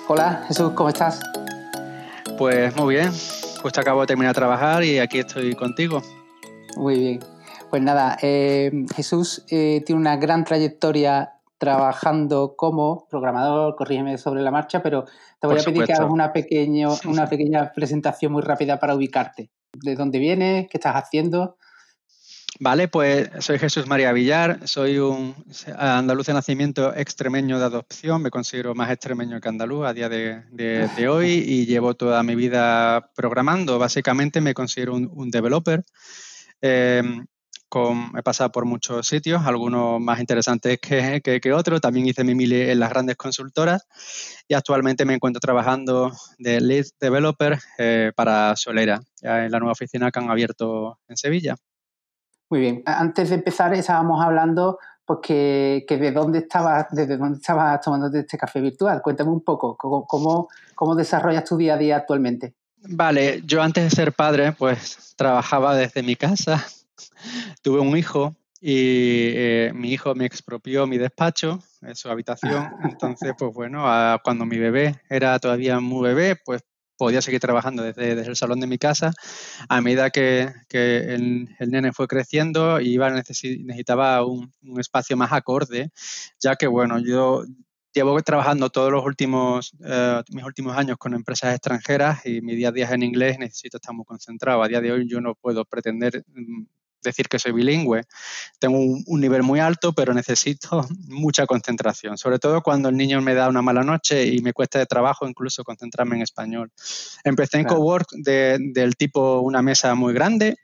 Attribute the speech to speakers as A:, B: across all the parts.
A: Hola, Jesús, ¿cómo estás?
B: Pues muy bien, justo acabo de terminar de trabajar y aquí estoy contigo.
A: Muy bien. Pues nada, Jesús tiene una gran trayectoria trabajando como programador, corrígeme sobre la marcha, pero te voy
B: Por
A: a pedir que hagas
B: supuesto.
A: una pequeña presentación muy rápida para ubicarte. ¿De dónde vienes? ¿Qué estás haciendo?
B: Vale, pues soy Jesús María Villar, soy un andaluz de nacimiento, extremeño de adopción, me considero más extremeño que andaluz a día de hoy y llevo toda mi vida programando. Básicamente me considero un developer. Eh, He pasado por muchos sitios, algunos más interesantes que otros. También hice mi mili en las grandes consultoras y actualmente me encuentro trabajando de lead developer para Solera, ya en la nueva oficina que han abierto en Sevilla.
A: Muy bien. Antes de empezar estábamos hablando pues que desde dónde estabas tomando este café virtual. Cuéntame un poco, ¿cómo desarrollas tu día a día actualmente?
B: Vale, yo antes de ser padre, pues trabajaba desde mi casa, tuve un hijo y mi hijo me expropió mi despacho, su habitación. Entonces, pues bueno, cuando mi bebé era todavía muy bebé, pues podía seguir trabajando desde el salón de mi casa. A medida que el nene fue creciendo, necesitaba un espacio más acorde, ya que bueno, yo llevo trabajando todos mis últimos años con empresas extranjeras y mi día a día es en inglés y necesito estar muy concentrado. A día de hoy yo no puedo pretender decir que soy bilingüe. Tengo un nivel muy alto, pero necesito mucha concentración, sobre todo cuando el niño me da una mala noche y me cuesta de trabajo incluso concentrarme en español. Empecé en
A: Claro.
B: cowork del tipo una mesa muy grande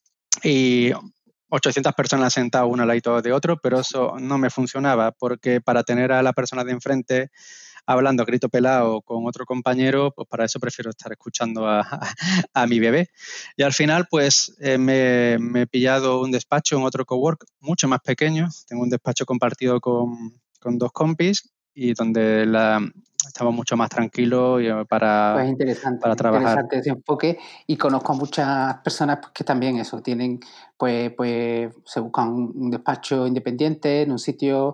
B: y 800 personas sentadas una al lado de otro, pero eso no me funcionaba porque para tener a la persona de enfrente hablando grito pelado con otro compañero, pues para eso prefiero estar escuchando a mi bebé. Y al final, pues me he pillado un despacho en otro cowork mucho más pequeño. Tengo un despacho compartido con dos compis y donde estamos mucho más tranquilos
A: Pues
B: para trabajar.
A: interesante ese enfoque y conozco a muchas personas pues, que también eso, tienen, pues se buscan un despacho independiente en un sitio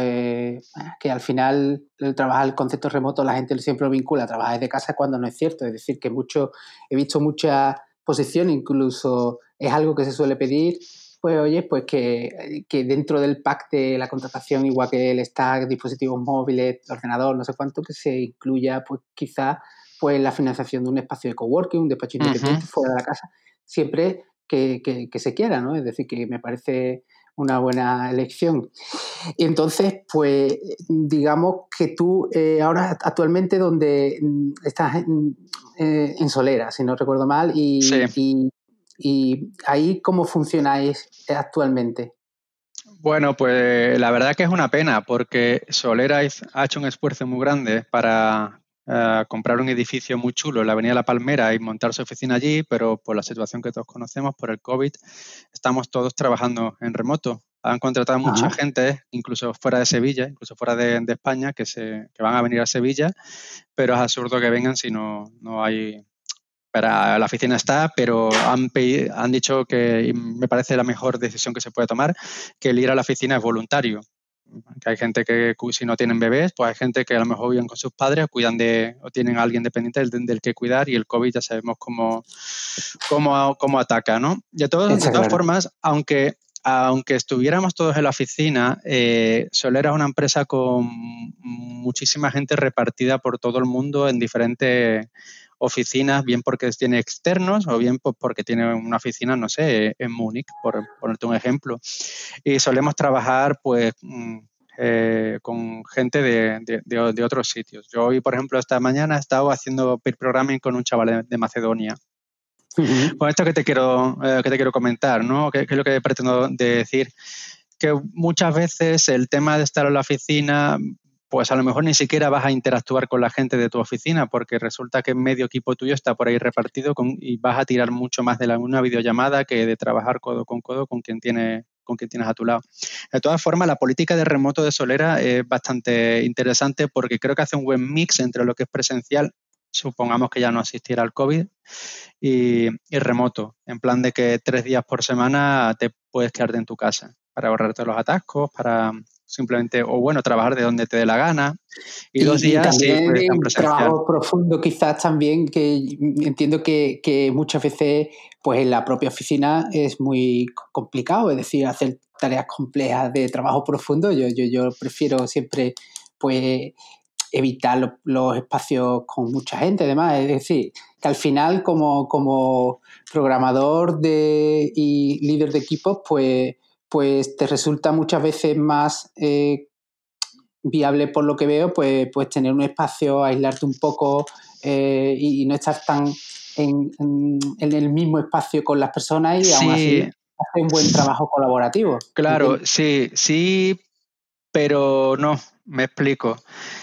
A: que al final el concepto remoto la gente siempre lo vincula a trabajar desde casa cuando no es cierto, es decir, que he visto muchas posiciones, incluso es algo que se suele pedir, pues oye, pues que dentro del pack de la contratación, igual que el stack, dispositivos móviles, ordenador, no sé cuánto, que se incluya pues quizás pues la financiación de un espacio de coworking, un despacho
B: Ujú.
A: independiente fuera de la casa, siempre que se quiera, ¿no? Es decir, que me parece una buena elección. Y entonces, pues, digamos que tú ahora actualmente donde estás en Solera, si no recuerdo mal,
B: Sí.
A: y ahí cómo funcionáis actualmente.
B: Bueno, pues la verdad que es una pena porque Solera ha hecho un esfuerzo muy grande para comprar un edificio muy chulo en la Avenida La Palmera y montar su oficina allí, pero por la situación que todos conocemos, por el COVID, estamos todos trabajando en remoto. Han contratado mucha
A: Ajá.
B: gente, incluso fuera de Sevilla, incluso fuera de España, que van a venir a Sevilla, pero es absurdo que vengan si no hay. Para la oficina está, pero han dicho que, y me parece la mejor decisión que se puede tomar, que el ir a la oficina es voluntario. Que hay gente que si no tienen bebés, pues hay gente que a lo mejor viven con sus padres o tienen a alguien dependiente del que cuidar y el COVID ya sabemos cómo ataca, ¿no? De
A: Está
B: todas
A: claro.
B: formas, aunque estuviéramos todos en la oficina, Solera es una empresa con muchísima gente repartida por todo el mundo en diferentes oficinas, bien porque tiene externos o bien pues porque tiene una oficina, no sé, en Múnich, por ponerte un ejemplo. Y solemos trabajar pues con gente de otros sitios. Yo hoy, por ejemplo, esta mañana he estado haciendo peer programming con un chaval de Macedonia.
A: Ujú.
B: Con esto que te quiero comentar, ¿no? ¿Qué es lo que pretendo decir? Que muchas veces el tema de estar en la oficina, pues a lo mejor ni siquiera vas a interactuar con la gente de tu oficina, porque resulta que medio equipo tuyo está por ahí repartido y vas a tirar mucho más de una videollamada que de trabajar codo con quien tienes a tu lado. De todas formas, la política de remoto de Solera es bastante interesante porque creo que hace un buen mix entre lo que es presencial, supongamos que ya no asistiera al COVID, y remoto, en plan de que 3 días por semana te puedes quedarte en tu casa para ahorrarte los atascos, para simplemente, o bueno, trabajar de donde te dé la gana. Y 2
A: Y
B: días sí
A: también
B: puede estar
A: el
B: presencial.
A: trabajo profundo quizás también, que entiendo que muchas veces pues en la propia oficina es muy complicado, es decir, hacer tareas complejas de trabajo profundo. Yo prefiero siempre pues evitar los espacios con mucha gente, además. Es decir, que al final como programador y líder de equipos, pues te resulta muchas veces más viable, por lo que veo, pues tener un espacio, aislarte un poco y no estar tan en el mismo espacio con las personas y aún así
B: Sí,
A: hacer un buen
B: s
A: trabajo colaborativo.
B: claro,
A: Entiendo.
B: sí, pero no, me explico.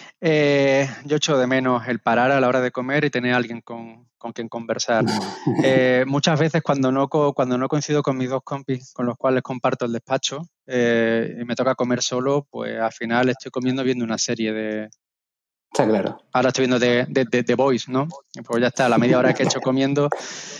B: Yo echo de menos el parar a la hora de comer y tener a alguien con quien conversar. Muchas veces cuando no coincido con mis 2 compis con los cuales comparto el despacho, y me toca comer solo, pues al final estoy comiendo viendo una serie de
A: Está claro.
B: ahora estoy viendo de The Boys, ¿no? Pues ya está, la media hora que he hecho comiendo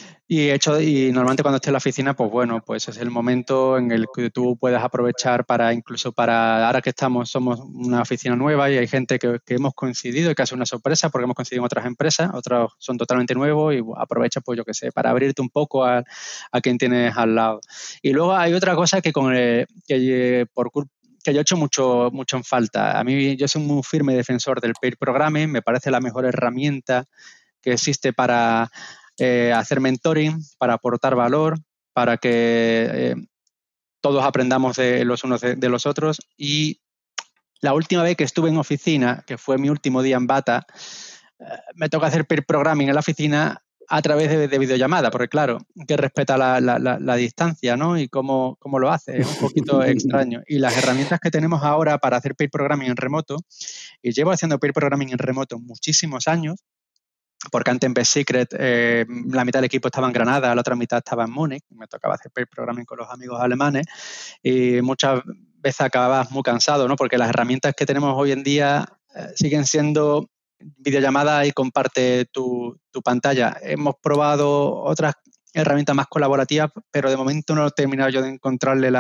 B: y normalmente cuando estoy en la oficina, pues bueno, pues es el momento en el que tú puedes aprovechar incluso para, ahora que somos una oficina nueva y hay gente que hemos coincidido y que hace una sorpresa porque hemos coincidido en otras empresas, otros son totalmente nuevos y aprovecha, pues yo qué sé, para abrirte un poco a quien tienes al lado. Y luego hay otra cosa que que yo he hecho mucho en falta. A mí, yo soy un muy firme defensor del pair programming, me parece la mejor herramienta que existe para hacer mentoring, para aportar valor, para que todos aprendamos de los unos de los otros. Y la última vez que estuve en oficina, que fue mi último día en Bata, me toca hacer pair programming en la oficina a través de videollamada, porque claro, que respeta la distancia, ¿no? Y cómo lo hace, es un poquito extraño. Y las herramientas que tenemos ahora para hacer pair programming en remoto, y llevo haciendo pair programming en remoto muchísimos años, porque antes en Best Secret la mitad del equipo estaba en Granada, la otra mitad estaba en Múnich, me tocaba hacer pair programming con los amigos alemanes y muchas veces acababas muy cansado, ¿no? Porque las herramientas que tenemos hoy en día siguen siendo videollamadas y comparte tu pantalla. Hemos probado otras herramientas más colaborativas, pero de momento no he terminado yo de encontrarle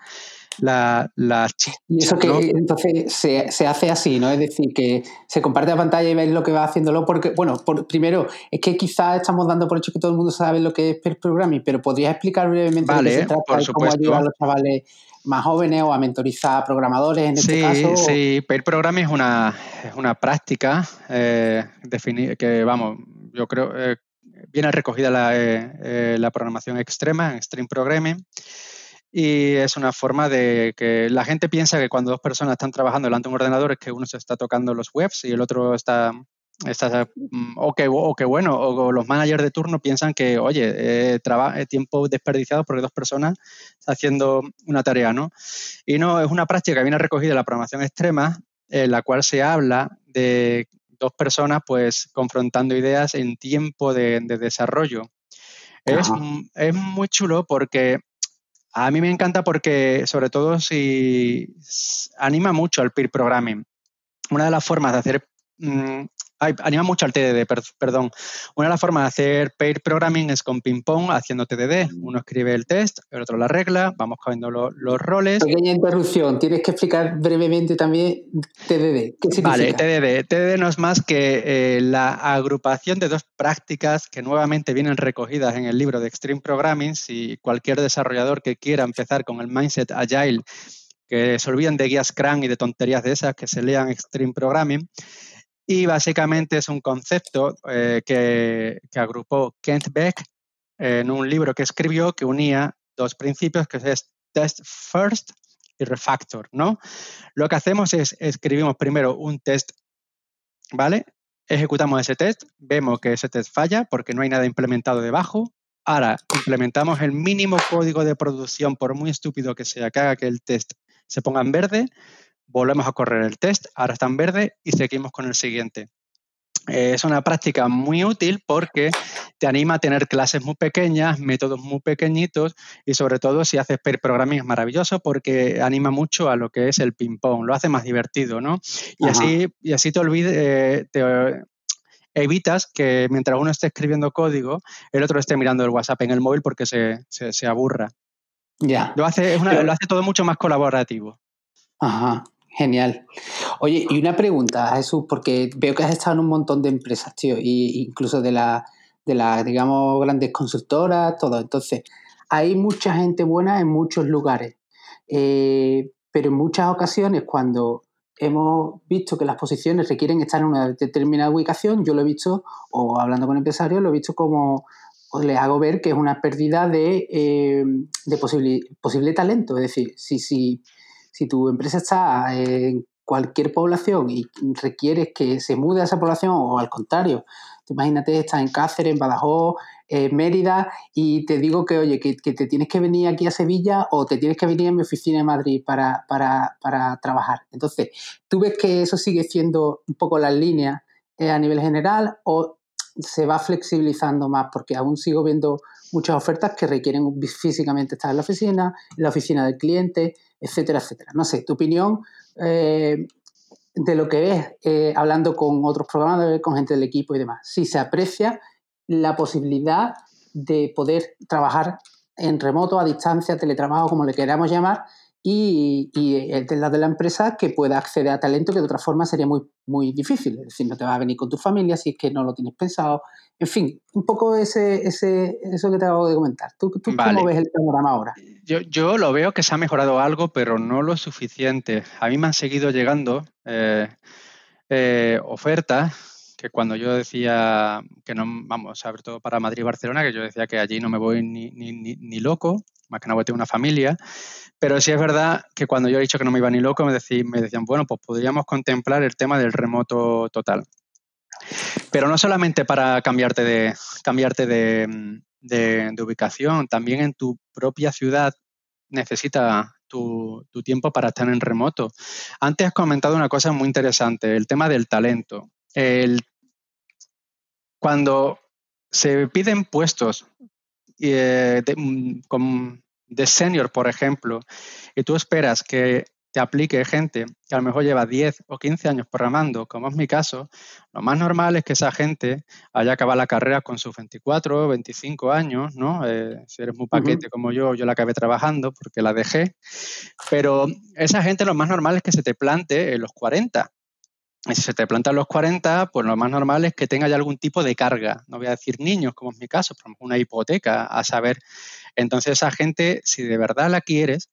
B: la
A: Y
B: chicha,
A: eso
B: ¿no?
A: que entonces se hace así, ¿no? Es decir, que se comparte la pantalla y ves lo que va haciéndolo, porque, bueno, primero, es que quizás estamos dando por hecho que todo el mundo sabe lo que es pair programming, pero ¿podrías explicar brevemente de qué se
B: Vale,
A: trata
B: por
A: y cómo ayuda
B: supuesto.
A: a los chavales más jóvenes o a mentorizar a programadores en este
B: Sí,
A: caso?
B: sí, pair programming es una práctica que, vamos, yo creo, viene recogida la programación extrema en Extreme Programming y es una forma de que la gente piensa que cuando 2 personas están trabajando delante de un ordenador es que uno se está tocando los webs y el otro o que bueno, o los managers de turno piensan que, oye, tiempo desperdiciado porque 2 personas están haciendo una tarea, ¿no? Y no, es una práctica que viene recogida en la programación extrema, en la cual se habla de 2 personas pues confrontando ideas en tiempo de desarrollo.
A: Ajá.
B: Es muy chulo porque a mí me encanta porque, sobre todo, si anima mucho al peer programming. Una de las formas de hacer mm, anima mucho al TDD, perdón. Una de las formas de hacer pair programming es con ping-pong haciendo TDD. Uno escribe el test, el otro la regla, vamos cambiando los roles.
A: Pequeña interrupción, tienes que explicar brevemente también TDD. ¿Qué
B: Vale,
A: significa?
B: TDD. TDD no es más que la agrupación de 2 prácticas que nuevamente vienen recogidas en el libro de Extreme Programming. Si cualquier desarrollador que quiera empezar con el mindset agile, que se olviden de guías Scrum y de tonterías de esas, que se lean Extreme Programming. Y básicamente es un concepto que agrupó Kent Beck en un libro que escribió que unía 2 principios, que es Test First y Refactor, ¿no? Lo que hacemos es escribimos primero un test, ¿vale? Ejecutamos ese test, vemos que ese test falla porque no hay nada implementado debajo. Ahora implementamos el mínimo código de producción, por muy estúpido que sea, que haga que el test se ponga en verde, volvemos a correr el test, ahora está en verde y seguimos con el siguiente. Es una práctica muy útil porque te anima a tener clases muy pequeñas, métodos muy pequeñitos y sobre todo si haces pair programming es maravilloso porque anima mucho a lo que es el ping-pong, lo hace más divertido, ¿no?
A: Ajá.
B: Y así te evitas que mientras uno esté escribiendo código, el otro esté mirando el WhatsApp en el móvil porque se aburra.
A: Ya.
B: Lo
A: Pero,
B: hace todo mucho más colaborativo.
A: ajá. Genial. Oye, y una pregunta, Jesús, porque veo que has estado en un montón de empresas, tío, y incluso de las, digamos, grandes consultoras, todo. Entonces, hay mucha gente buena en muchos lugares, pero en muchas ocasiones cuando hemos visto que las posiciones requieren estar en una determinada ubicación, yo lo he visto, o hablando con empresarios, lo he visto como, o les hago ver que es una pérdida de posible talento. Es decir, si tu empresa está en cualquier población y requieres que se mude a esa población, o al contrario, tú imagínate, estás en Cáceres, en Badajoz, Mérida, y te digo que, oye, que te tienes que venir aquí a Sevilla o te tienes que venir a mi oficina en Madrid para trabajar. Entonces, ¿tú ves que eso sigue siendo un poco las líneas a nivel general o se va flexibilizando más? Porque aún sigo viendo muchas ofertas que requieren físicamente estar en la oficina del cliente, etcétera, etcétera. No sé, tu opinión de lo que ves hablando con otros programadores, con gente del equipo y demás. Si se aprecia la posibilidad de poder trabajar en remoto, a distancia, teletrabajo, como le queramos llamar, y el del lado de la empresa que pueda acceder a talento que de otra forma sería muy, muy difícil. Es decir, no te vas a venir con tu familia si es que no lo tienes pensado. En fin, un poco eso que te acabo de comentar. ¿Tú cómo
B: Vale.
A: ves el panorama ahora?
B: Yo lo veo que se ha mejorado algo, pero no lo suficiente. A mí me han seguido llegando ofertas que cuando yo decía que no, vamos, sobre todo para Madrid y Barcelona, que yo decía que allí no me voy ni loco, más que no voy a tener una familia, pero sí es verdad que cuando yo he dicho que no me iba ni loco, me decían, bueno, pues podríamos contemplar el tema del remoto total. Pero no solamente para cambiarte de ubicación, también en tu propia ciudad necesita tu tiempo para estar en remoto. Antes has comentado una cosa muy interesante, el tema del talento. Cuando se piden puestos de senior, por ejemplo, y tú esperas que te aplique gente que a lo mejor lleva 10 o 15 años programando, como es mi caso, lo más normal es que esa gente haya acabado la carrera con sus 24 o 25 años, ¿no? Si eres muy paquete como yo la acabé trabajando porque la dejé, pero esa gente lo más normal es que se te plante en los 40. Y si se te plantan los 40, pues lo más normal es que tenga ya algún tipo de carga. No voy a decir niños, como es mi caso, pero una hipoteca, a saber. Entonces, esa gente, si de verdad la quieres,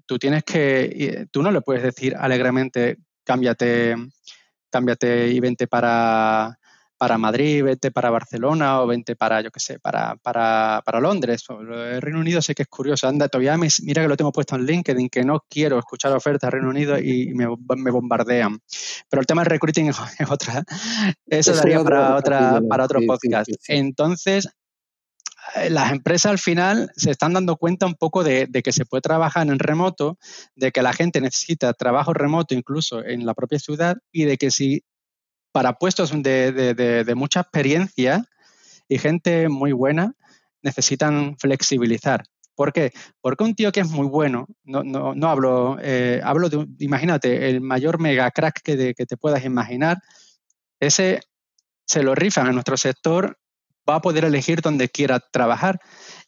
B: tú no le puedes decir alegremente, cámbiate, cámbiate y vente para Madrid, vente para Barcelona o vente para, yo qué sé, para Londres. El Reino Unido sé que es curioso. Anda, todavía mira que lo tengo puesto en LinkedIn, que no quiero escuchar ofertas de Reino Unido y me bombardean. Pero el tema del recruiting es otra. Eso
A: Ese es
B: daría
A: otro capítulo.
B: para otro
A: Sí, sí,
B: podcast.
A: sí, sí.
B: Entonces, las empresas al final se están dando cuenta un poco de que se puede trabajar en remoto, de que la gente necesita trabajo remoto incluso en la propia ciudad y de que si para puestos de mucha experiencia y gente muy buena necesitan flexibilizar. ¿Por qué? Porque un tío que es muy bueno, no hablo, hablo imagínate, el mayor mega crack que te puedas imaginar, ese se lo rifan en nuestro sector, va a poder elegir donde quiera trabajar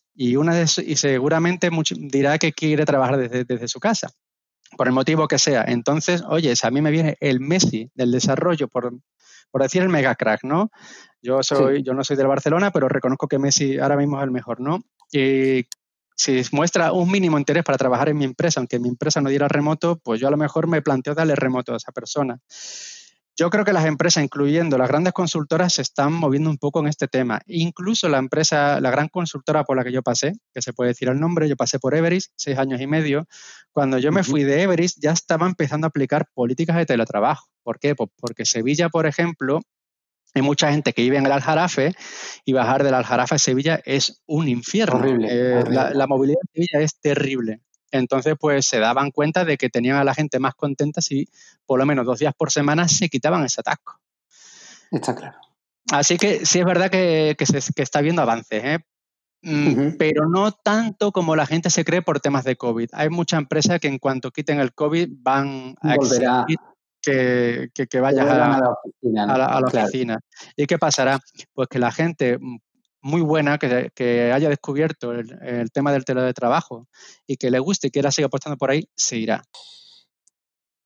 B: y seguramente dirá que quiere trabajar desde su casa, por el motivo que sea. Entonces, oye, si a mí me viene el Messi del desarrollo, por decir el mega crack, ¿no?
A: Sí.
B: Yo no soy del Barcelona, pero reconozco que Messi ahora mismo es el mejor, ¿no? Y si muestra un mínimo interés para trabajar en mi empresa, aunque mi empresa no diera remoto, pues yo a lo mejor me planteo darle remoto a esa persona. Yo creo que las empresas, incluyendo las grandes consultoras, se están moviendo un poco en este tema. Incluso la gran consultora por la que yo pasé, que se puede decir el nombre, yo pasé por Everest 6 años y medio. Cuando yo me fui de Everest ya estaba empezando a aplicar políticas de teletrabajo. ¿Por qué? Pues porque Sevilla, por ejemplo, hay mucha gente que vive en el Aljarafe y bajar del Aljarafe a Sevilla es un infierno.
A: Horrible, horrible.
B: La movilidad en Sevilla es terrible. Entonces, pues se daban cuenta de que tenían a la gente más contenta si por lo menos 2 días por semana se quitaban ese atasco.
A: Está claro.
B: Así que sí es verdad que está habiendo avances, ¿eh? Pero no tanto como la gente se cree por temas de COVID. Hay muchas empresas que en cuanto quiten el COVID van a
A: Volverá,
B: exigir que
A: que
B: vayas
A: vuelvan a la oficina, ¿no?
B: a la
A: Claro.
B: oficina. ¿Y qué pasará? Pues que la gente muy buena que haya descubierto el tema del teletrabajo y que le guste y quiera seguir apostando por ahí, se irá.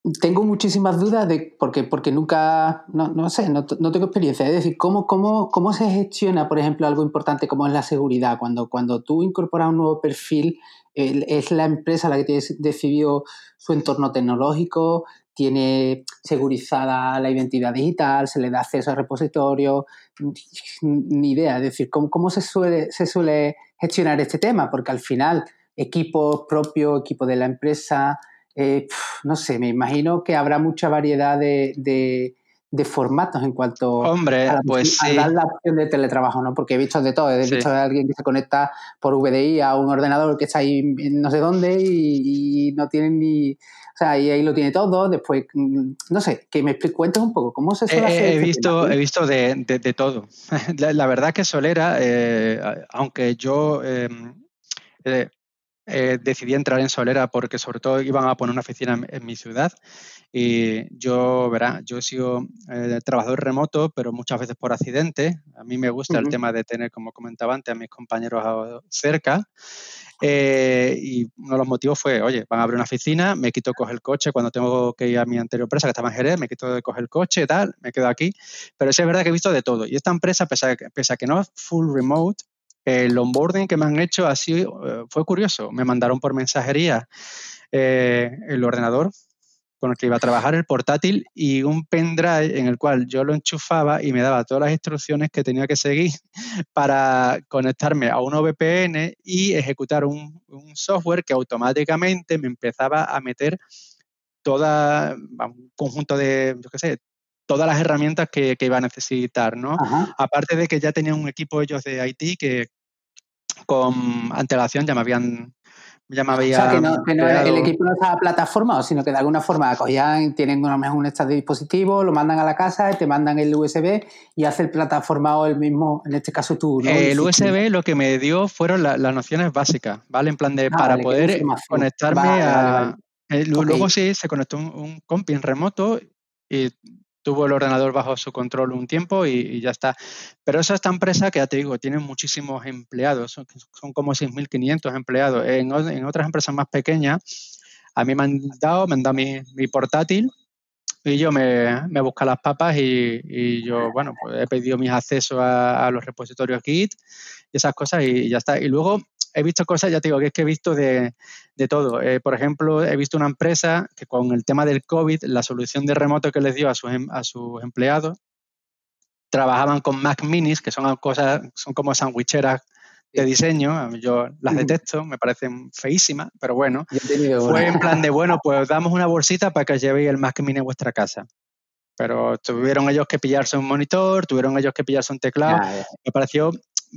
A: tengo muchísimas dudas porque nunca, no sé, no tengo experiencia. Es decir, ¿cómo se gestiona, por ejemplo, algo importante como es la seguridad? Cuando tú incorporas un nuevo perfil, es la empresa la que tiene decidido su entorno tecnológico, tiene segurizada la identidad digital, se le da acceso a repositorios, ni idea. Es decir, ¿cómo se suele gestionar este tema? Porque al final, equipos propios, equipo de la empresa, no sé, me imagino que habrá mucha variedad de formatos en cuanto
B: Hombre, pues
A: a
B: sí,
A: dar la opción de teletrabajo, ¿no? Porque he visto de todo. He
B: sí.
A: visto a alguien que se conecta por VDI a un ordenador que está ahí en no sé dónde y no tienen ni... O sea, y ahí lo tiene todo. Después, no sé, que me cuentes un poco cómo se
B: He,
A: suele hacer
B: he- he
A: este tema,
B: visto,
A: ¿sí?
B: he visto de todo. La verdad que Solera, aunque yo eh, decidí entrar en Solera porque sobre todo iban a poner una oficina en mi ciudad y yo he sido trabajador remoto, pero muchas veces por accidente. A mí me gusta el
A: Ujú.
B: tema de tener, como comentaba antes, a mis compañeros cerca. Y uno de los motivos fue, oye, van a abrir una oficina, me quito coger el coche cuando tengo que ir a mi anterior empresa que estaba en Jerez, me quito de coger el coche y tal, me quedo aquí. Pero sí es verdad que he visto de todo. Y esta empresa, pese a que no es full remote, el onboarding que me han hecho así fue curioso. Me mandaron por mensajería el ordenador con el que iba a trabajar, el portátil y un pendrive en el cual yo lo enchufaba y me daba todas las instrucciones que tenía que seguir para conectarme a una VPN y ejecutar un software que automáticamente me empezaba a meter un conjunto de, yo qué sé, todas las herramientas que iba a necesitar, ¿no?
A: Ajá.
B: Aparte de que ya tenían un equipo ellos de IT que con antelación ya me
A: O sea,
B: habían
A: que no el
B: creado.
A: equipo no estaba plataformado, sino que de alguna forma cogían, tienen a lo mejor un estado de dispositivo, lo mandan a la casa, te mandan el USB y hace el plataformado el mismo, en este caso tú, ¿no?
B: El
A: Hiciste, ¿no?
B: USB lo que me dio fueron las nociones básicas, ¿vale? En plan de,
A: Ah,
B: para
A: vale, que era
B: poder
A: información.
B: conectarme
A: Vale, vale, vale.
B: a...
A: Ok.
B: luego sí, se conectó un compi en remoto y tuvo el ordenador bajo su control un tiempo y ya está. Pero eso, esta empresa que ya te digo, tiene muchísimos empleados, son como 6.500 empleados. En otras empresas más pequeñas, a mí me han dado mi portátil y yo me busco las papas y yo, bueno, pues he pedido mis accesos a los repositorios Git y esas cosas y ya está. Y luego he visto cosas, ya te digo, que es que he visto de todo. Por ejemplo, he visto una empresa que con el tema del COVID, la solución de remoto que les dio a sus empleados, trabajaban con Mac Minis, que son cosas, son como sandwicheras de
A: Sí.
B: diseño. A mí yo las
A: Ujú.
B: detesto, me parecen feísimas, pero bueno,
A: Yo he tenido una.
B: fue en plan de, bueno, pues damos una bolsita para que os llevéis el Mac Mini a vuestra casa. Pero tuvieron ellos que pillarse un monitor, tuvieron ellos que pillarse un teclado.
A: Ya, ya.
B: Me pareció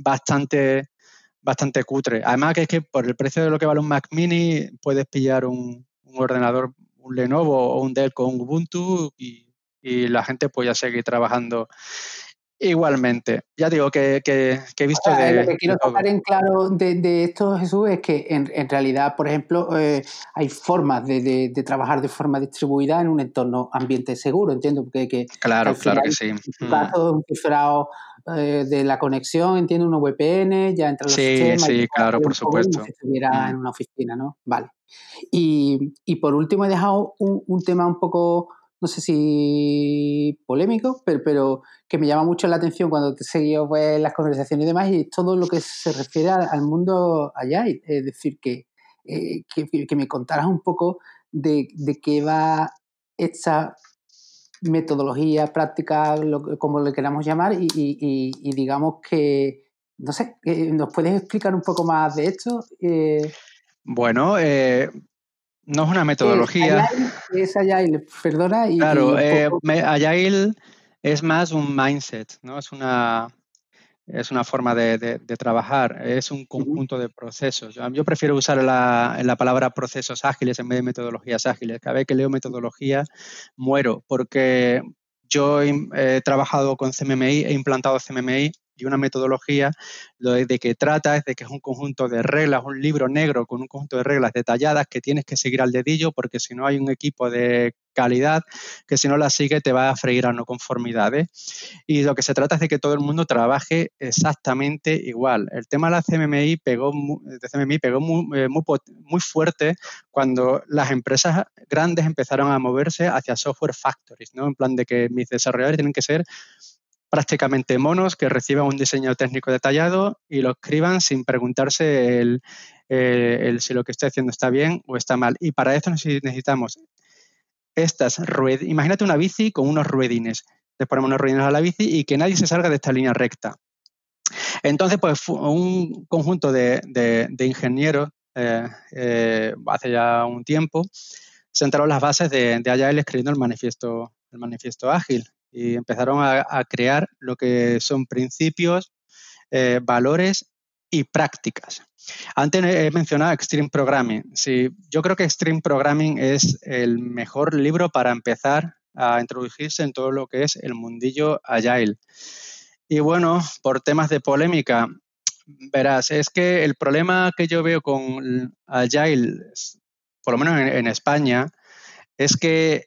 B: bastante cutre. Además que es que por el precio de lo que vale un Mac Mini puedes pillar un ordenador, un Lenovo o un Dell con Ubuntu y la gente pues ya seguir trabajando igualmente. Ya digo que he
A: O
B: visto
A: sea, lo
B: de,
A: que quiero
B: de
A: sacar
B: todo.
A: en claro de esto, Jesús, es que en realidad, por ejemplo, hay formas de trabajar de forma distribuida en un entorno ambiente seguro, entiendo, que al
B: Claro,
A: final,
B: claro que sí.
A: en tu caso, es un cifrado de la conexión, entiendo, una VPN, ya entre los
B: Sí,
A: sistemas y
B: sí,
A: demás,
B: claro,
A: sale
B: por
A: un poco como
B: supuesto.
A: si estuviera
B: Mm.
A: en una oficina, ¿no? Vale. Y por último he dejado un tema un poco, no sé si polémico, pero que me llama mucho la atención cuando te he seguido pues, las conversaciones y demás, y es todo lo que se refiere al mundo allá. Es decir, que me contaras un poco de qué va esta metodología, práctica, como le queramos llamar, y digamos que, no sé, ¿nos puedes explicar un poco más de esto?
B: Bueno, no es una
A: ¿Qué es
B: metodología.
A: Agile? ¿Qué es Agile? Perdona, y
B: Claro,
A: un poco.
B: Agile es más un mindset, ¿no? Es una forma de trabajar, es un
A: Ujú.
B: conjunto de procesos. Yo prefiero usar la palabra procesos ágiles en vez de metodologías ágiles. Cada vez que leo metodología muero porque yo he trabajado con CMMI, he implantado CMMI y una metodología, lo de que trata es de que es un conjunto de reglas, un libro negro con un conjunto de reglas detalladas que tienes que seguir al dedillo, porque si no hay un equipo de calidad que si no la sigue te va a freír a no conformidades. Y lo que se trata es de que todo el mundo trabaje exactamente igual. El tema de la CMMI pegó muy fuerte cuando las empresas grandes empezaron a moverse hacia software factories, ¿no? En plan de que mis desarrolladores tienen que ser prácticamente monos que reciban un diseño técnico detallado y lo escriban sin preguntarse si lo que estoy haciendo está bien o está mal. Y para eso necesitamos estas ruedas. Imagínate una bici con unos ruedines. Le ponemos unos ruedines a la bici y que nadie se salga de esta línea recta. Entonces, pues un conjunto de ingenieros hace ya un tiempo sentaron las bases de Agile escribiendo el manifiesto ágil y empezaron a crear lo que son principios, valores y prácticas. Antes he mencionado Extreme Programming. Sí, yo creo que Extreme Programming es el mejor libro para empezar a introducirse en todo lo que es el mundillo Agile. Y bueno, por temas de polémica, verás, es que el problema que yo veo con Agile, por lo menos en España, es que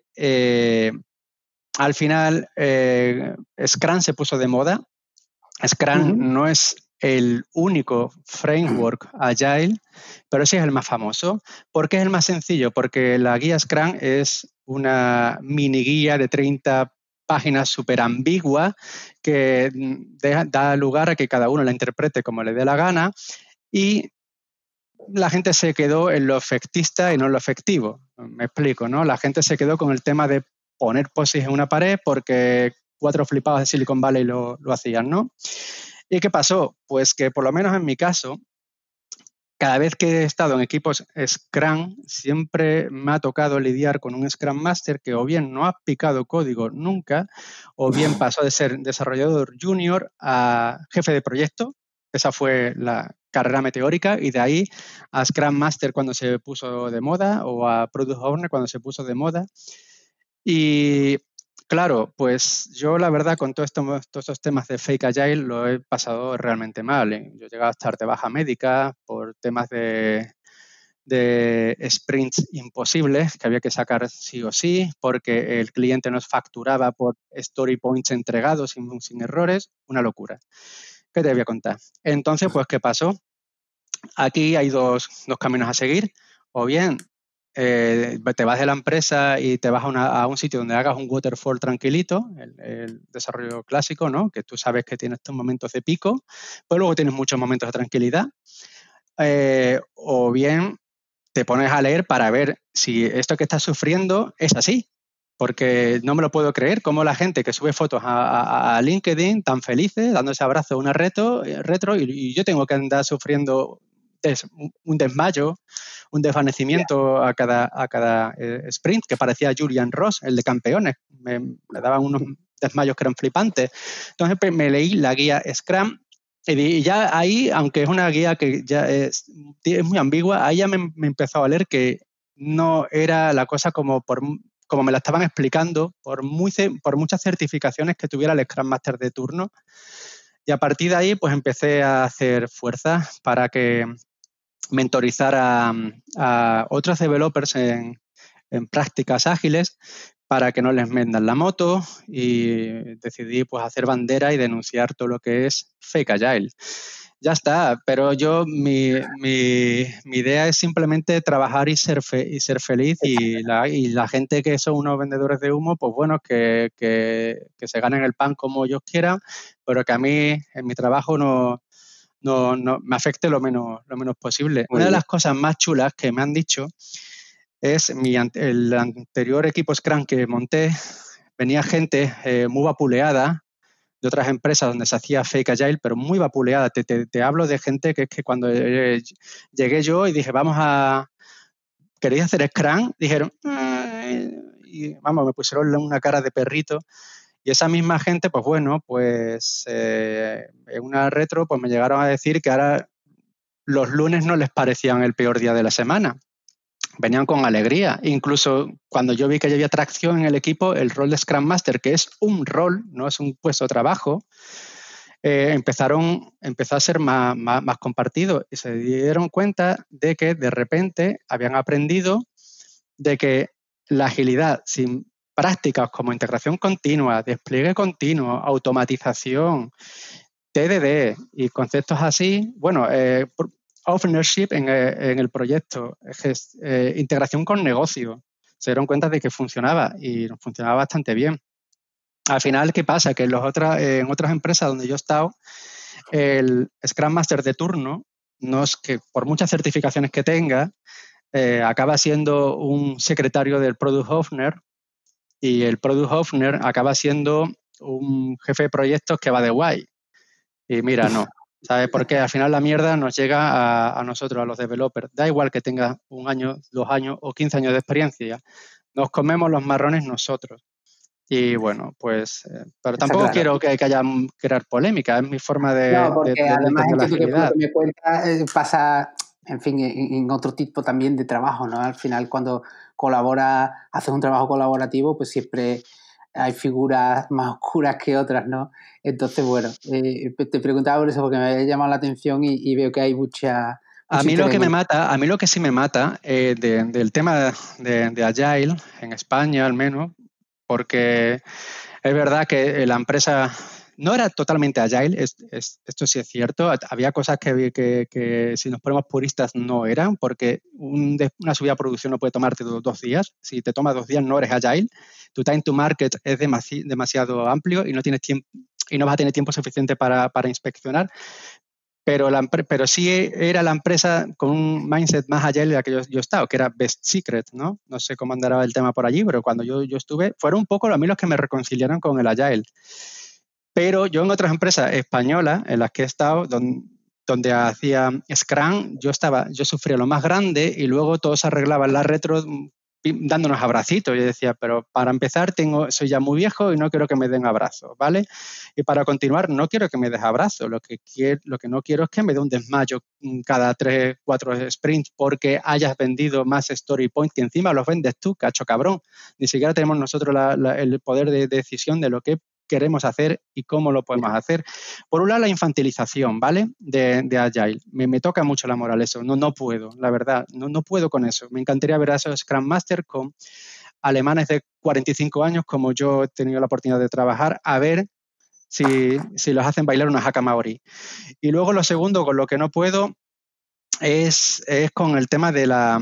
B: al final Scrum se puso de moda. Scrum no es el único framework Agile, pero sí es el más famoso. ¿Por qué es el más sencillo? Porque la guía Scrum es una mini guía de 30 páginas súper ambigua que da lugar a que cada uno la interprete como le dé la gana y la gente se quedó en lo efectista y no en lo efectivo. Me explico, ¿no? La gente se quedó con el tema de poner posis en una pared porque 4 flipados de Silicon Valley lo hacían, ¿no? ¿Y qué pasó? Pues que por lo menos en mi caso, cada vez que he estado en equipos Scrum, siempre me ha tocado lidiar con un Scrum Master que o bien no ha picado código nunca, o bien pasó de ser desarrollador junior a jefe de proyecto. Esa fue la carrera meteórica y de ahí a Scrum Master cuando se puso de moda o a Product Owner cuando se puso de moda. Y claro, pues yo la verdad con todos estos temas de fake agile lo he pasado realmente mal. Yo he llegado a estar de baja médica por temas de sprints imposibles que había que sacar sí o sí porque el cliente nos facturaba por story points entregados sin errores. Una locura. ¿Qué te voy a contar? Entonces, pues, ¿qué pasó? Aquí hay dos caminos a seguir. O bien te vas de la empresa y te vas a un sitio donde hagas un waterfall tranquilito, el desarrollo clásico, ¿no? Que tú sabes que tienes estos momentos de pico, pero luego tienes muchos momentos de tranquilidad. O bien te pones a leer para ver si esto que estás sufriendo es así. Porque no me lo puedo creer cómo la gente que sube fotos a LinkedIn tan felices, dándose abrazo una retro y yo tengo que andar sufriendo un desmayo, un desvanecimiento a cada sprint, que parecía Julian Ross, el de campeones. Me daban unos desmayos que eran flipantes. Entonces pues, me leí la guía Scrum y ya ahí, aunque es una guía que ya es muy ambigua, ahí ya me empezó a leer que no era la cosa como me la estaban explicando, por muchas certificaciones que tuviera el Scrum Master de turno. Y a partir de ahí, pues empecé a hacer fuerza para que mentorizara a otros developers en prácticas ágiles para que no les vendan la moto y decidí pues hacer bandera y denunciar todo lo que es fake agile. Ya está, pero mi idea es simplemente trabajar y ser feliz y la gente que son unos vendedores de humo, pues bueno, que se ganen el pan como ellos quieran, pero que a mí en mi trabajo no me afecte lo menos posible. Una de las cosas más chulas que me han dicho es el anterior equipo Scrum que monté, venía gente muy vapuleada de otras empresas donde se hacía fake agile, pero muy vapuleada. Te hablo de gente que es que cuando llegué yo y dije, ¿queréis hacer Scrum? Dijeron, y vamos, me pusieron una cara de perrito. Y esa misma gente, pues bueno, pues en una retro, pues me llegaron a decir que ahora los lunes no les parecían el peor día de la semana. Venían con alegría. Incluso cuando yo vi que ya había tracción en el equipo, el rol de Scrum Master, que es un rol, no es un puesto de trabajo, empezó a ser más compartido y se dieron cuenta de que de repente habían aprendido de que la agilidad sin prácticas como integración continua, despliegue continuo, automatización, TDD y conceptos así, bueno, ownership en el proyecto, integración con negocio, se dieron cuenta de que funcionaba y funcionaba bastante bien. Al final, ¿qué pasa? Que en otras empresas donde yo he estado, el Scrum Master de turno, no es que por muchas certificaciones que tenga, acaba siendo un secretario del Product Owner y el Product Owner acaba siendo un jefe de proyectos que va de guay. Y mira, no. ¿Sabes? Porque al final la mierda nos llega a nosotros, a los developers. Da igual que tengas 1 año, 2 años o 15 años de experiencia. Nos comemos los marrones nosotros. Y bueno, pues, pero
A: Está
B: tampoco
A: claro.
B: quiero que haya crear polémica, es mi forma de,
A: No,
B: de-
A: porque
B: de
A: además
B: entender la
A: entiendo que por lo
B: agilidad.
A: que me cuentas pasa, en fin, en otro tipo también de trabajo, ¿no? Al final, cuando colaboras, haces un trabajo colaborativo, pues siempre hay figuras más oscuras que otras, ¿no? Entonces, bueno, te preguntaba por eso porque me había llamado la atención y veo que hay mucho interés en eso.
B: A mí lo que sí me mata del tema de Agile, en España al menos, porque es verdad que la empresa no era totalmente agile, esto sí es cierto. Había cosas que si nos ponemos puristas no eran, porque una subida a producción no puede tomarte 2 días. Si te toma 2 días no eres agile. Tu time to market es demasiado amplio y no tienes tiempo y no vas a tener tiempo suficiente para inspeccionar. Pero sí era la empresa con un mindset más agile de la que yo he estado, que era Best Secret, ¿no? No sé cómo andará el tema por allí, pero cuando yo estuve, fueron un poco a mí los que me reconciliaron con el agile. Pero yo en otras empresas españolas en las que he estado, donde hacía Scrum, yo sufría lo más grande y luego todo se arreglaba en la retro dándonos abracitos. Yo decía, pero para empezar soy ya muy viejo y no quiero que me den abrazos, ¿vale? Y para continuar, no quiero que me des abrazos. Lo que no quiero es que me dé un desmayo cada 3, 4 sprints porque hayas vendido más story points que encima los vendes tú, cacho cabrón. Ni siquiera tenemos nosotros el poder de decisión de lo que queremos hacer y cómo lo podemos hacer. Por un lado, la infantilización, ¿vale? De Agile. Me toca mucho la moral eso. No puedo, la verdad. No puedo con eso. Me encantaría ver a esos Scrum Master con alemanes de 45 años, como yo he tenido la oportunidad de trabajar, a ver si los hacen bailar una haka maori. Y luego lo segundo, con lo que no puedo, es con el tema de la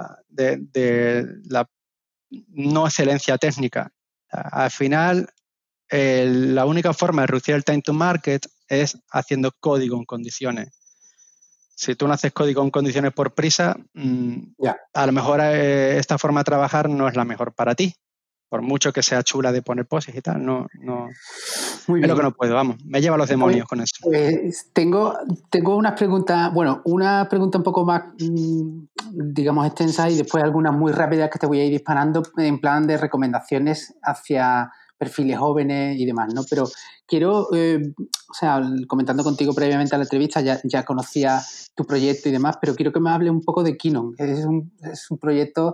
B: no excelencia técnica. Al final, la única forma de reducir el time to market es haciendo código en condiciones. Si tú no haces código en condiciones por prisa, a lo mejor esta forma de trabajar no es la mejor para ti. Por mucho que sea chula de poner poses y tal, no.
A: Muy
B: Es lo que
A: bien.
B: no puedo, vamos. Me lleva a los demonios con eso.
A: Pues tengo unas preguntas, bueno, una pregunta un poco más, digamos, extensa y después algunas muy rápidas que te voy a ir disparando en plan de recomendaciones hacia perfiles jóvenes y demás, ¿no? Pero quiero, o sea, comentando contigo previamente a la entrevista, ya conocía tu proyecto y demás, pero quiero que me hables un poco de Kinon. Es un proyecto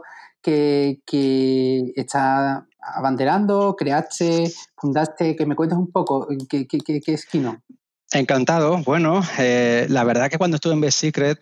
A: que está abanderando, creaste, fundaste, que me cuentes un poco qué es Kinon.
B: Encantado. Bueno, la verdad que cuando estuve en Best Secret,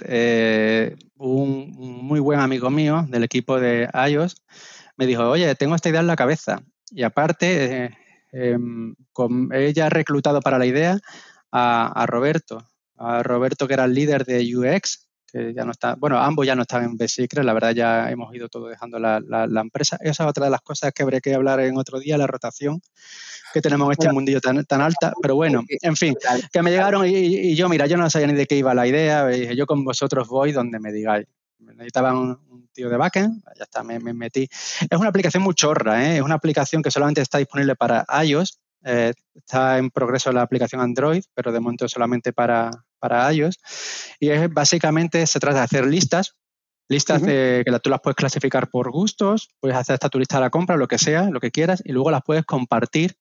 B: un muy buen amigo mío del equipo de iOS me dijo, oye, tengo esta idea en la cabeza. Y aparte, ella ha reclutado para la idea a Roberto que era el líder de UX, que ya no está, bueno, ambos ya no están en Best Secret, la verdad ya hemos ido todos dejando la empresa. Esa es otra de las cosas que habría que hablar en otro día, la rotación que tenemos en este
A: Bueno,
B: mundillo tan alta, pero bueno, en fin,
A: claro,
B: que me
A: claro.
B: llegaron y yo, mira, yo no sabía ni de qué iba la idea, y dije, yo con vosotros voy donde me digáis. Necesitaba un tío de backend, ya está, me metí. Es una aplicación muy chorra, es una aplicación que solamente está disponible para iOS, está en progreso la aplicación Android, pero de momento solamente para iOS, y básicamente se trata de hacer listas que tú las puedes clasificar por gustos, puedes hacer hasta tu lista de la compra, lo que sea, lo que quieras, y luego las puedes compartir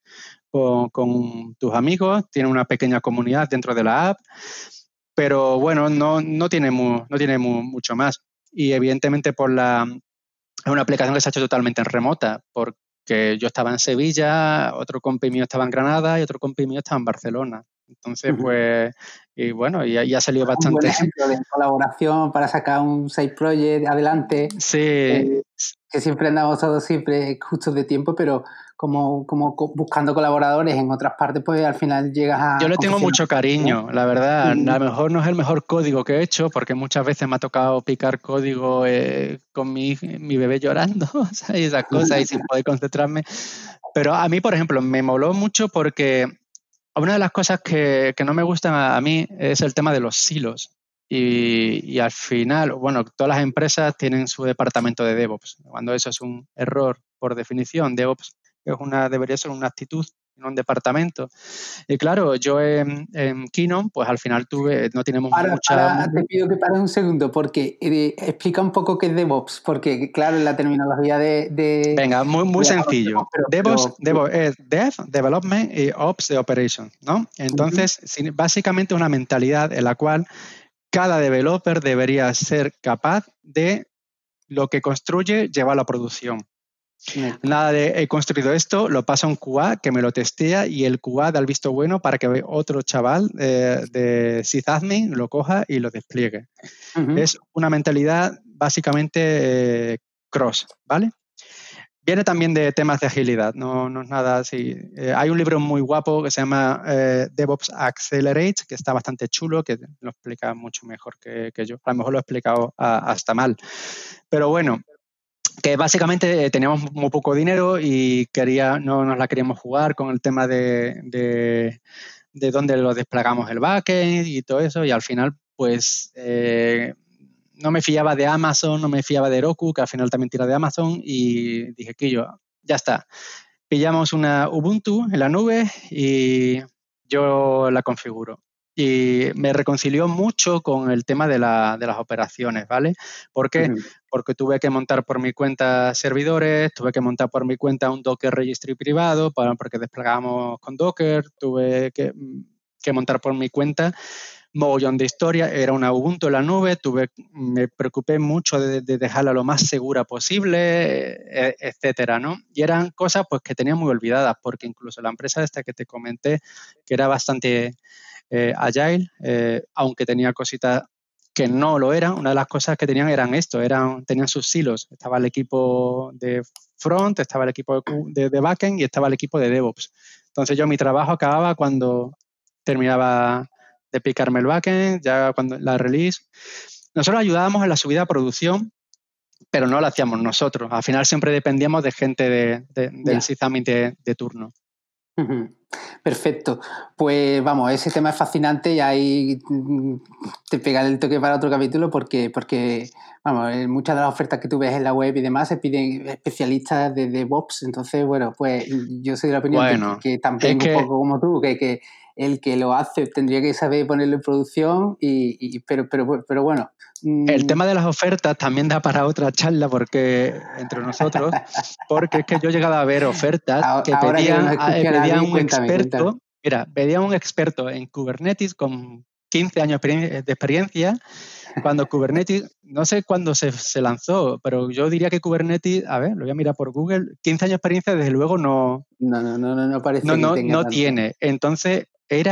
B: con tus amigos, tiene una pequeña comunidad dentro de la app, pero bueno, no tiene mucho más. Y evidentemente es una aplicación que se ha hecho totalmente en remota, porque yo estaba en Sevilla, otro compi mío estaba en Granada y otro compi mío estaba en Barcelona. Entonces, pues, y bueno, y ha salido
A: Un buen
B: bastante.
A: ejemplo de colaboración para sacar un side project adelante,
B: Sí,
A: que siempre andamos todos siempre justos de tiempo, pero buscando colaboradores en otras partes, pues al final llegas
B: yo
A: a
B: le tengo
A: confeccionar.
B: mucho cariño, la verdad. A lo mejor no es el mejor código que he hecho, porque muchas veces me ha tocado picar código con mi bebé llorando, o sea, y esas cosas, y sin poder concentrarme. Pero a mí, por ejemplo, me moló mucho porque una de las cosas que no me gustan a mí es el tema de los silos. Y al final, bueno, todas las empresas tienen su departamento de DevOps. Cuando eso es un error por definición, DevOps debería ser una actitud, no un departamento. Y claro, yo en Kino, pues al final no tenemos mucha.
A: Te pido que pares un segundo, porque explica un poco qué es DevOps, porque claro, en la terminología
B: Venga, muy
A: ya
B: sencillo.
A: conocemos,
B: DevOps es Dev, Development y Ops de Operation, ¿no?
A: Ujú.
B: Entonces, básicamente una mentalidad en la cual cada developer debería ser capaz de lo que construye llevarlo a producción. Nada de he construido esto, lo pasa a un QA que me lo testea y el QA da el visto bueno para que otro chaval de sysadmin lo coja y lo despliegue.
A: Ujú.
B: Es una mentalidad básicamente cross, ¿vale? Viene también de temas de agilidad, no es nada así. Hay un libro muy guapo que se llama DevOps Accelerate, que está bastante chulo, que lo explica mucho mejor que yo. A lo mejor lo he explicado hasta mal. Pero bueno, que básicamente teníamos muy poco dinero y no nos la queríamos jugar con el tema de dónde lo desplegamos el backend y todo eso. Y al final, pues no me fiaba de Amazon, no me fiaba de Heroku, que al final también tira de Amazon, y dije que ya está. Pillamos una Ubuntu en la nube y yo la configuro. Y me reconcilió mucho con el tema de las operaciones, ¿vale? ¿Por qué?
A: Ujú.
B: Porque tuve que montar por mi cuenta servidores, tuve que montar por mi cuenta un Docker Registry privado porque desplegamos con Docker, tuve que montar por mi cuenta mogollón de historia, era una Ubuntu en la nube, me preocupé mucho de dejarla lo más segura posible, etcétera, ¿no? Y eran cosas pues que tenía muy olvidadas, porque incluso la empresa esta que te comenté, que era bastante agile, aunque tenía cositas que no lo eran, una de las cosas que tenían eran esto, tenían sus silos, estaba el equipo de front, estaba el equipo de backend y estaba el equipo de DevOps. Entonces mi trabajo acababa cuando terminaba de picarme el backend, ya cuando la release. Nosotros ayudábamos en la subida a producción, pero no la hacíamos nosotros. Al final siempre dependíamos de gente del
A: Ya.
B: sysadmin de turno.
A: Ujú. Perfecto. Pues vamos, ese tema es fascinante y ahí te pegaré el toque para otro capítulo porque vamos, en muchas de las ofertas que tú ves en la web y demás se piden especialistas de DevOps. Entonces, bueno, pues yo soy de la opinión de
B: Bueno,
A: que
B: es
A: también un
B: que
A: poco como tú, que el que lo hace tendría que saber ponerlo en producción, pero bueno.
B: el tema de las ofertas también da para otra charla entre nosotros, porque es que yo he llegado a ver ofertas que
A: Ahora que no nos escucha
B: pedían
A: nadie,
B: un
A: cuéntame.
B: experto, mira, pedían un experto en Kubernetes con 15 años de experiencia, cuando Kubernetes, no sé cuándo se lanzó, pero yo diría que Kubernetes, a ver, lo voy a mirar por Google, 15 años de experiencia desde luego
A: No parece que tenga
B: no
A: tanto.
B: tiene. Entonces,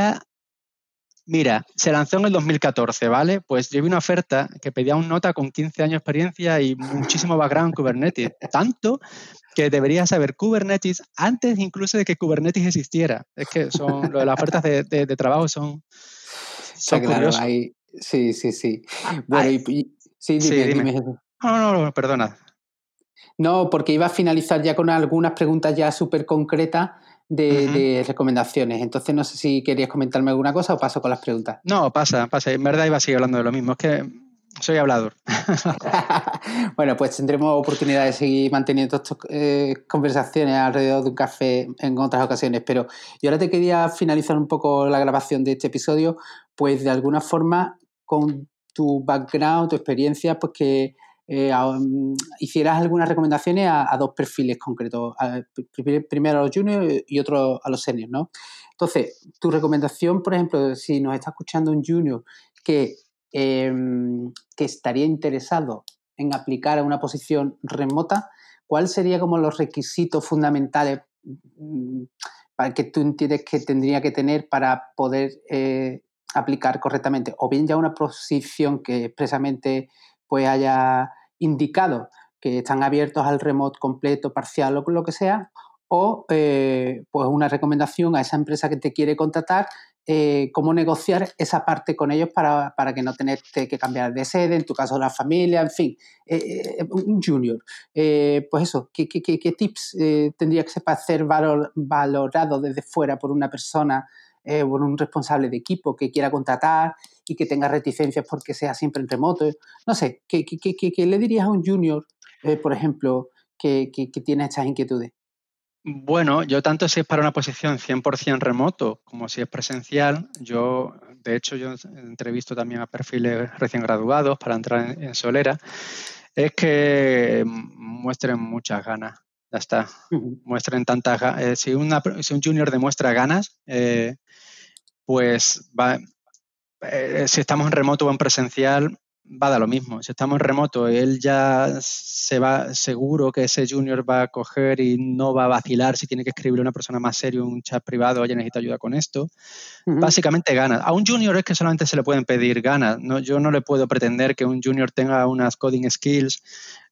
B: mira, se lanzó en el 2014, ¿vale? Pues yo vi una oferta que pedía un nota con 15 años de experiencia y muchísimo background en Kubernetes. Tanto que deberías saber Kubernetes antes incluso de que Kubernetes existiera. Es que lo de las ofertas de trabajo
A: Está
B: son
A: claro,
B: curiosos.
A: ahí. Sí.
B: Ah,
A: Bueno, sí,
B: sí, dime.
A: dime Jesús.
B: No, perdona.
A: No, porque iba a finalizar ya con algunas preguntas ya súper concretas
B: Ujú.
A: de recomendaciones. Entonces, no sé si querías comentarme alguna cosa o paso con las preguntas.
B: No, pasa. En verdad iba a seguir hablando de lo mismo. Es que soy hablador.
A: Bueno, pues tendremos oportunidad de seguir manteniendo estas conversaciones alrededor de un café en otras ocasiones, pero yo ahora te quería finalizar un poco la grabación de este episodio, pues de alguna forma con tu background, tu experiencia, pues que hicieras algunas recomendaciones a dos perfiles concretos, primero a los juniors y otro a los seniors, ¿no? Entonces, tu recomendación, por ejemplo, si nos está escuchando un junior que eh, que estaría interesado en aplicar a una posición remota, ¿cuáles serían como los requisitos fundamentales que tú entiendes que tendría que tener para poder aplicar correctamente, o bien ya una posición que expresamente pues haya indicado que están abiertos al remote completo, parcial o lo que sea, o pues una recomendación a esa empresa que te quiere contratar, cómo negociar esa parte con ellos para que no tenerte que cambiar de sede, en tu caso la familia, en fin, un junior. Pues eso, ¿qué tips tendría que ser para ser valorado desde fuera por una persona, por un responsable de equipo que quiera contratar y que tenga reticencias porque sea siempre en remoto? No sé, ¿qué le dirías a un junior, por ejemplo, que tiene estas inquietudes?
B: Bueno, yo tanto si es para una posición 100% remoto como si es presencial, de hecho, yo entrevisto también a perfiles recién graduados para entrar en Solera, es que muestren muchas ganas, ya está.
A: Uh-huh.
B: Muestren tantas ganas. Si un junior demuestra ganas, pues va, si estamos en remoto o en presencial, va a dar lo mismo. Si estamos en remoto, él ya se va seguro que ese junior va a coger y no va a vacilar si tiene que escribirle a una persona más serio en un chat privado, oye, necesito ayuda con esto.
A: Uh-huh.
B: Básicamente ganas. A un junior es que solamente se le pueden pedir ganas. No, yo no le puedo pretender que un junior tenga unas coding skills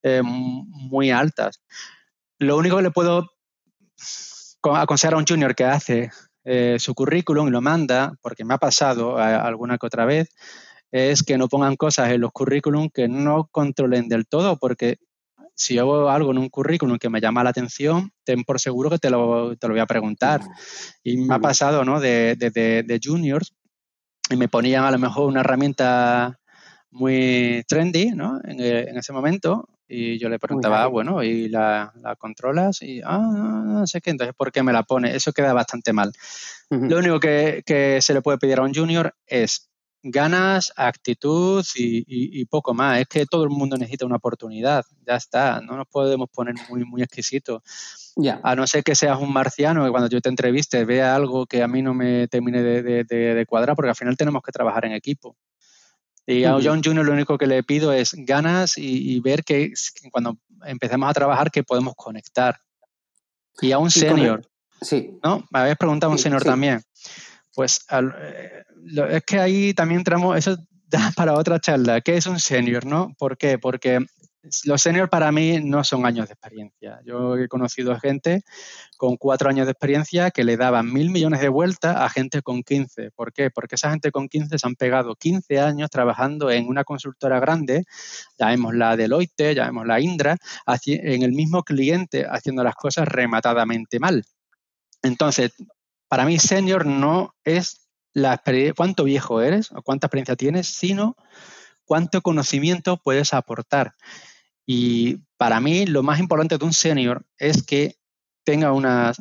B: muy altas. Lo único que le puedo aconsejar a un junior que hace su currículum y lo manda, porque me ha pasado alguna que otra vez, es que no pongan cosas en los currículum que no controlen del todo, porque si yo hago algo en un currículum que me llama la atención, ten por seguro que te lo voy a preguntar. Y me ha pasado, ¿no? de juniors, y me ponían a lo mejor una herramienta muy trendy, ¿no? En ese momento, y yo le preguntaba, bueno, ¿y la controlas? Y, no sé qué, entonces, ¿por qué me la pone? Eso queda bastante mal. Uh-huh. Lo único que se le puede pedir a un junior es ganas, actitud y poco más. Es que todo el mundo necesita una oportunidad, ya está, no nos podemos poner muy, muy exquisitos. Yeah. A no ser que seas un marciano, que cuando yo te entreviste vea algo que a mí no me termine de cuadrar, porque al final tenemos que trabajar en equipo. Y a un junior lo único que le pido es ganas y ver que cuando empecemos a trabajar que podemos conectar. Y a un senior,
A: sí.
B: ¿no? Me habéis preguntado a un senior también. Pues es que ahí también entramos, eso da para otra charla. ¿Qué es un senior, no? ¿Por qué? Porque los seniors para mí no son años de experiencia. Yo he conocido gente con 4 años de experiencia que le daban 1.000 millones de vueltas a gente con 15. ¿Por qué? Porque esa gente con 15 se han pegado 15 años trabajando en una consultora grande, llamémosla Deloitte, llamémosla Indra, en el mismo cliente haciendo las cosas rematadamente mal. Entonces, para mí senior no es cuánto viejo eres o cuánta experiencia tienes, sino cuánto conocimiento puedes aportar. Y para mí lo más importante de un senior es que tenga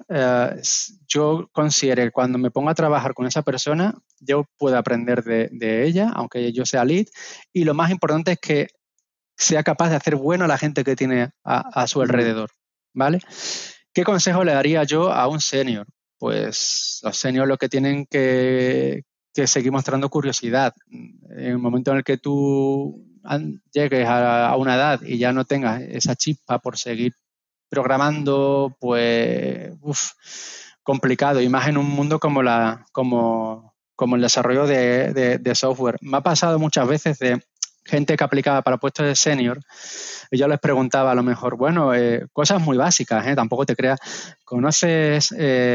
B: yo considero que cuando me pongo a trabajar con esa persona, yo puedo aprender de ella, aunque yo sea lead, y lo más importante es que sea capaz de hacer bueno a la gente que tiene a su alrededor, ¿vale? ¿Qué consejo le daría yo a un senior? Pues los seniors lo que tienen que seguir mostrando curiosidad. En el momento en el que tú llegues a una edad y ya no tengas esa chispa por seguir programando, pues complicado, y más en un mundo como el desarrollo de software. Me ha pasado muchas veces de gente que aplicaba para puestos de senior, y yo les preguntaba a lo mejor, bueno, cosas muy básicas, tampoco te creas, ¿conoces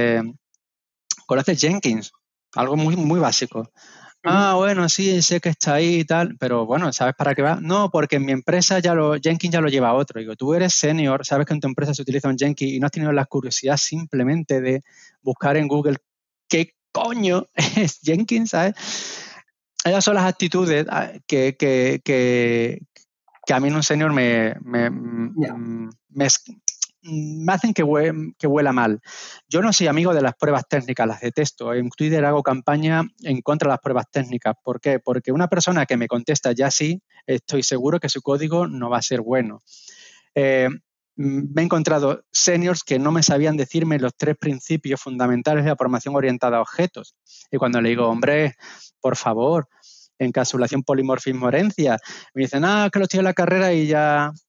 B: Jenkins? Algo muy, muy básico. Bueno, sí, sé que está ahí y tal, pero bueno, ¿sabes para qué va? No, porque en mi empresa Jenkins ya lo lleva otro. Digo, tú eres senior, sabes que en tu empresa se utiliza un Jenkins y no has tenido la curiosidad simplemente de buscar en Google qué coño es Jenkins, ¿sabes? Esas son las actitudes que a mí en un senior me hacen que huela mal. Yo no soy amigo de las pruebas técnicas, las detesto. En Twitter hago campaña en contra de las pruebas técnicas. ¿Por qué? Porque una persona que me contesta ya sí, estoy seguro que su código no va a ser bueno. Me he encontrado seniors que no me sabían decirme los 3 principios fundamentales de la programación orientada a objetos. Y cuando le digo, hombre, por favor, encapsulación, polimorfismo, herencia, me dicen, que lo estoy en la carrera y ya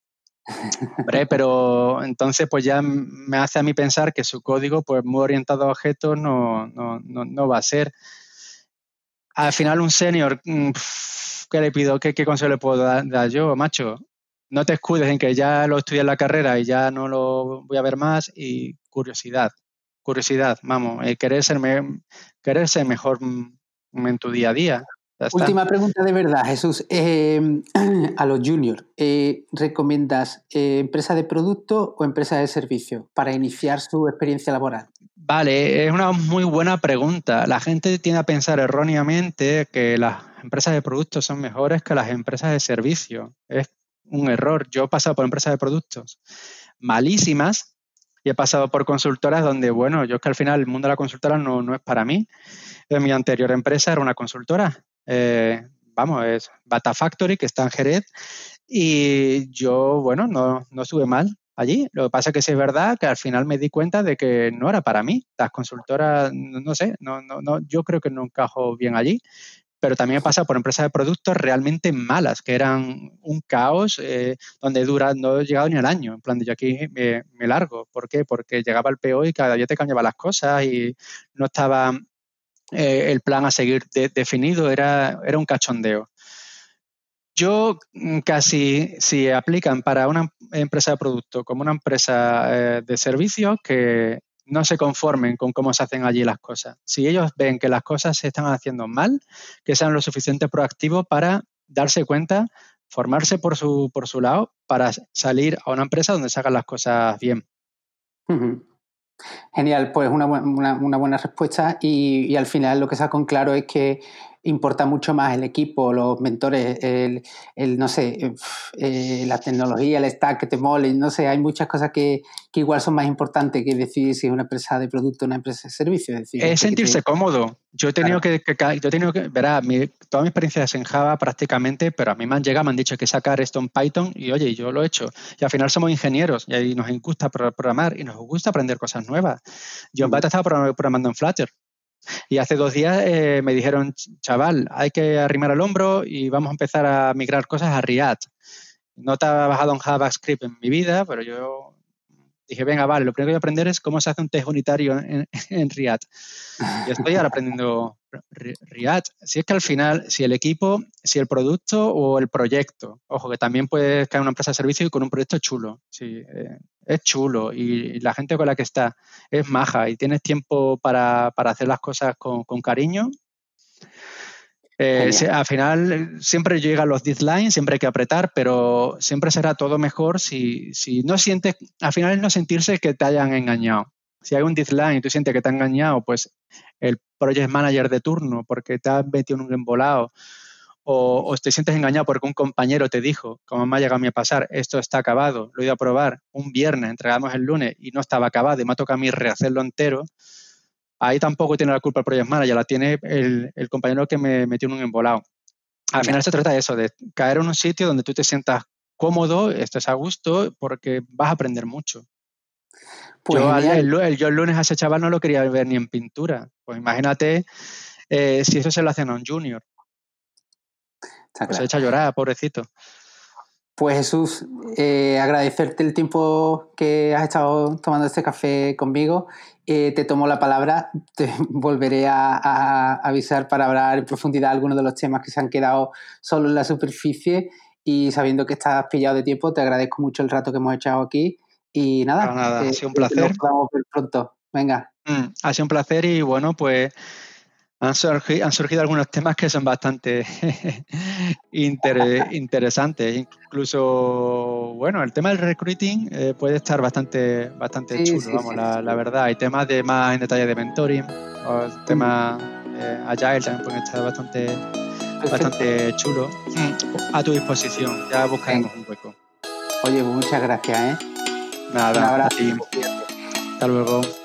B: Hombre, pero entonces pues ya me hace a mí pensar que su código, pues muy orientado a objetos, no va a ser. Al final un senior, ¿qué le pido? ¿Qué consejo le puedo dar yo, macho? No te escudes en que ya lo estudié en la carrera y ya no lo voy a ver más. Y curiosidad, vamos, querer ser mejor en tu día a día. Ya está.
A: Última pregunta de verdad, Jesús. A los juniors, ¿recomiendas empresa de producto o empresa de servicio para iniciar su experiencia laboral?
B: Vale, es una muy buena pregunta. La gente tiende a pensar erróneamente que las empresas de productos son mejores que las empresas de servicio. Es un error. Yo he pasado por empresas de productos malísimas y he pasado por consultoras donde, bueno, yo es que al final el mundo de la consultora no es para mí. Mi anterior empresa era una consultora. Es Bata Factory, que está en Jerez, y yo, bueno, no estuve mal allí. Lo que pasa es que sí es verdad que al final me di cuenta de que no era para mí. Las consultoras, no sé, yo creo que no encajo bien allí. Pero también he pasado por empresas de productos realmente malas, que eran un caos, donde no he llegado ni al año. En plan, de yo aquí me largo. ¿Por qué? Porque llegaba el PO y cada día te cambiaba las cosas y no estaba el plan a seguir definido, era un cachondeo. Yo casi, si aplican para una empresa de producto como una empresa de servicios, que no se conformen con cómo se hacen allí las cosas. Si ellos ven que las cosas se están haciendo mal, que sean lo suficiente proactivos para darse cuenta, formarse por su lado, para salir a una empresa donde se hagan las cosas bien.
A: Genial, pues una buena respuesta y al final lo que saco en claro es que importa mucho más el equipo, los mentores, no sé, la tecnología, el stack que te mole, no sé, hay muchas cosas que igual son más importantes que decidir si es una empresa de producto o una empresa de servicio. Es decir,
B: Es sentirse cómodo. Yo he tenido
A: Claro.
B: verá, toda mi experiencia es en Java prácticamente, pero a mí me han dicho que sacar esto en Python y oye, yo lo he hecho. Y al final somos ingenieros y ahí nos gusta programar y nos gusta aprender cosas nuevas. Yo en Bata estaba programando en Flutter y hace 2 días me dijeron, chaval, hay que arrimar el hombro y vamos a empezar a migrar cosas a React. No te ha bajado un JavaScript en mi vida, pero yo dije, venga, vale, lo primero que voy a aprender es cómo se hace un test unitario en React. Y estoy ahora aprendiendo React. Si es que al final, si el equipo, si el producto o el proyecto, ojo, que también puedes caer en una empresa de servicio y con un proyecto chulo. Sí, es chulo y la gente con la que está es maja y tienes tiempo para hacer las cosas con cariño.
A: Genial.
B: Al final siempre llegan los deadlines, siempre hay que apretar, pero siempre será todo mejor si no sientes, al final es no sentirse que te hayan engañado. Si hay un deadline y tú sientes que te han engañado, pues el project manager de turno porque te has metido en un embolado o te sientes engañado porque un compañero te dijo, como me ha llegado a mí a pasar, esto está acabado, lo he ido a probar un viernes, entregamos el lunes y no estaba acabado y me ha tocado a mí rehacerlo entero. Ahí tampoco tiene la culpa el project manager, la tiene el compañero que me metió en un embolado. Al final se trata de eso, de caer en un sitio donde tú te sientas cómodo, estés a gusto, porque vas a aprender mucho.
A: Pues genial.
B: Yo el lunes a ese chaval no lo quería ver ni en pintura. Pues imagínate si eso se lo hacen a un junior.
A: Está
B: Pues se
A: claro.
B: echa a llorar, pobrecito.
A: Pues Jesús, agradecerte el tiempo que has estado tomando este café conmigo. Te tomo la palabra, te volveré a avisar para hablar en profundidad algunos de los temas que se han quedado solo en la superficie y sabiendo que estás pillado de tiempo, te agradezco mucho el rato que hemos echado aquí y
B: Para
A: nada,
B: nada, ha sido un
A: que nos
B: placer.
A: podamos ver pronto. Venga.
B: Ha sido un placer y bueno, pues han surgido algunos temas que son bastante interesantes. Incluso, bueno, el tema del recruiting puede estar bastante
A: Sí,
B: chulo,
A: sí,
B: vamos,
A: sí.
B: la verdad. Hay temas de más en detalle de mentoring, o temas agile también pueden estar
A: Perfecto.
B: bastante chulos. A tu disposición, ya
A: Venga.
B: buscaremos un hueco.
A: Oye, pues muchas gracias, ¿eh? Un
B: Nada, a
A: abrazo.
B: ti.
A: Cuídate.
B: Hasta luego.